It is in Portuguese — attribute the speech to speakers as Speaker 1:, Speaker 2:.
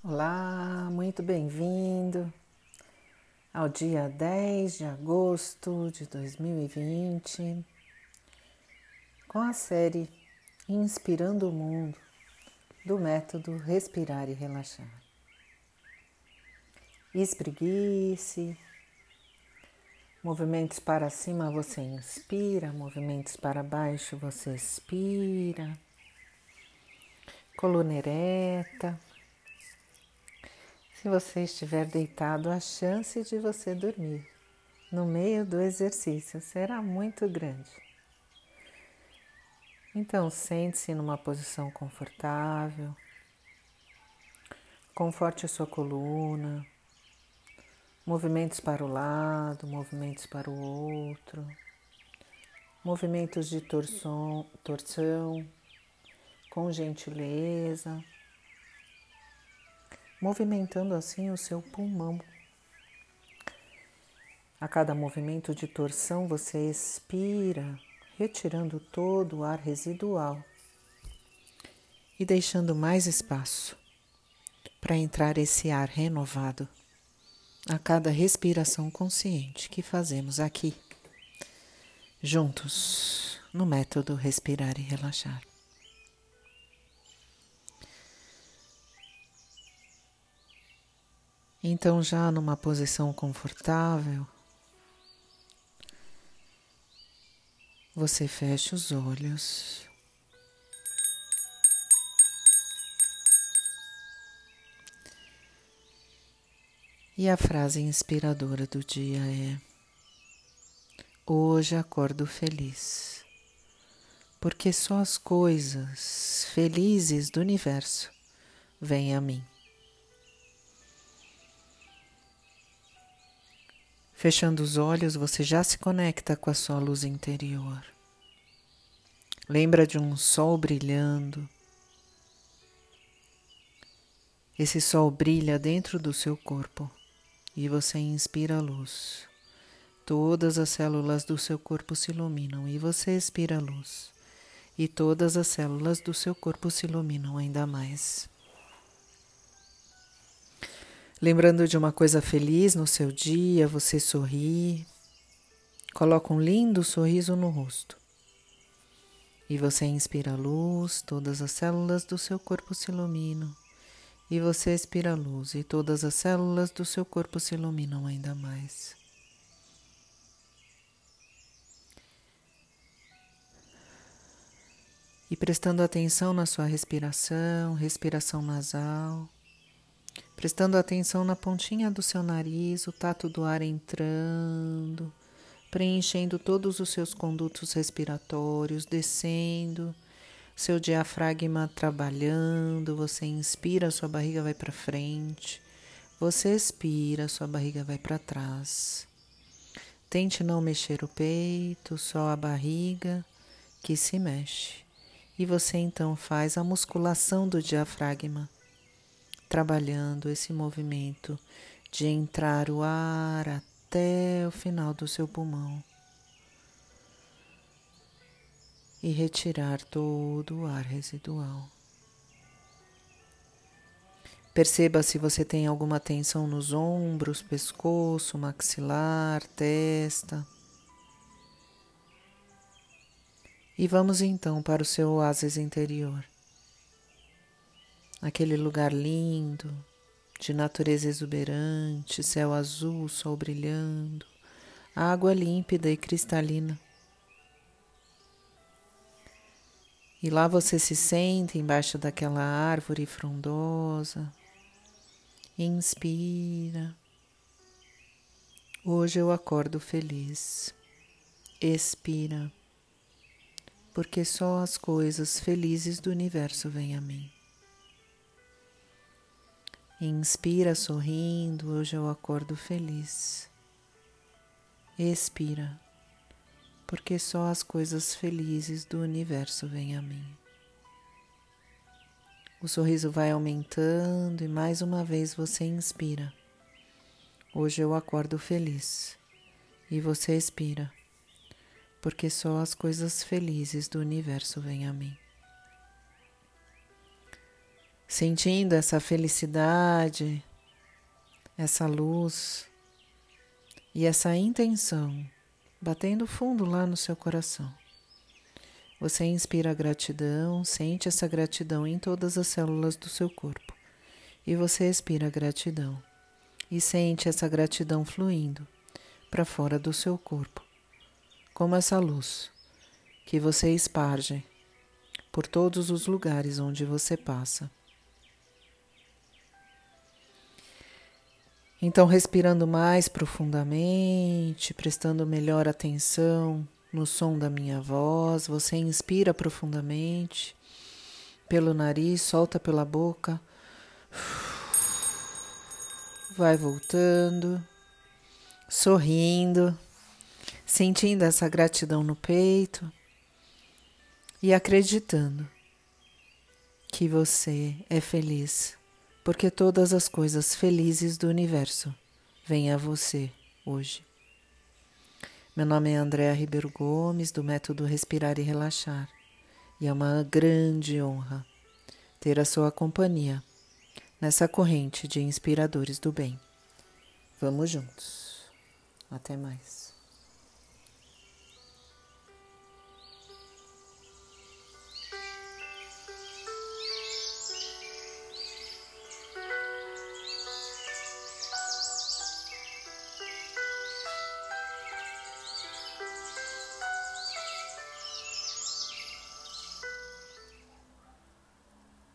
Speaker 1: Olá, muito bem-vindo ao dia 10 de agosto de 2020, com a série Inspirando o Mundo, do método Respirar e Relaxar. Espreguice, movimentos para cima você inspira, movimentos para baixo você expira, coluna ereta. Se você estiver deitado, a chance de você dormir no meio do exercício será muito grande. Então, sente-se numa posição confortável, conforte a sua coluna, movimentos para o lado, movimentos para o outro, movimentos de torção com gentileza, movimentando assim o seu pulmão. A cada movimento de torção, você expira, retirando todo o ar residual e deixando mais espaço para entrar esse ar renovado a cada respiração consciente que fazemos aqui, juntos, no método Respirar e Relaxar. Então, já numa posição confortável, você fecha os olhos e a frase inspiradora do dia é: hoje acordo feliz, porque só as coisas felizes do universo vêm a mim. Fechando os olhos, você já se conecta com a sua luz interior. Lembra de um sol brilhando. Esse sol brilha dentro do seu corpo e você inspira a luz. Todas as células do seu corpo se iluminam e você expira a luz. E todas as células do seu corpo se iluminam ainda mais. Lembrando de uma coisa feliz no seu dia, você sorri, coloca um lindo sorriso no rosto. E você inspira a luz, todas as células do seu corpo se iluminam. E você expira a luz e todas as células do seu corpo se iluminam ainda mais. E prestando atenção na sua respiração, respiração nasal, prestando atenção na pontinha do seu nariz, o tato do ar entrando, preenchendo todos os seus condutos respiratórios, descendo, seu diafragma trabalhando, você inspira, sua barriga vai para frente, você expira, sua barriga vai para trás. Tente não mexer o peito, só a barriga que se mexe. E você então faz a musculação do diafragma, trabalhando esse movimento de entrar o ar até o final do seu pulmão e retirar todo o ar residual. Perceba se você tem alguma tensão nos ombros, pescoço, maxilar, testa. E vamos então para o seu oásis interior. Aquele lugar lindo, de natureza exuberante, céu azul, sol brilhando, água límpida e cristalina. E lá você se senta embaixo daquela árvore frondosa. Inspira. Hoje eu acordo feliz. Expira. Porque só as coisas felizes do universo vêm a mim. Inspira sorrindo, hoje eu acordo feliz. Expira, porque só as coisas felizes do universo vêm a mim. O sorriso vai aumentando e mais uma vez você inspira. Hoje eu acordo feliz. E você expira, porque só as coisas felizes do universo vêm a mim. sentindo essa felicidade, essa luz e essa intenção batendo fundo lá no seu coração. Você inspira a gratidão, sente essa gratidão em todas as células do seu corpo. E você expira a gratidão e sente essa gratidão fluindo para fora do seu corpo, como essa luz que você esparge por todos os lugares onde você passa. Então, respirando mais profundamente, prestando melhor atenção no som da minha voz, você inspira profundamente pelo nariz, solta pela boca, vai voltando, sorrindo, sentindo essa gratidão no peito e acreditando que você é feliz. Porque todas as coisas felizes do universo vêm a você hoje. Meu nome é Andréa Ribeiro Gomes, do Método Respirar e Relaxar. E é uma grande honra ter a sua companhia nessa corrente de inspiradores do bem. Vamos juntos. Até mais.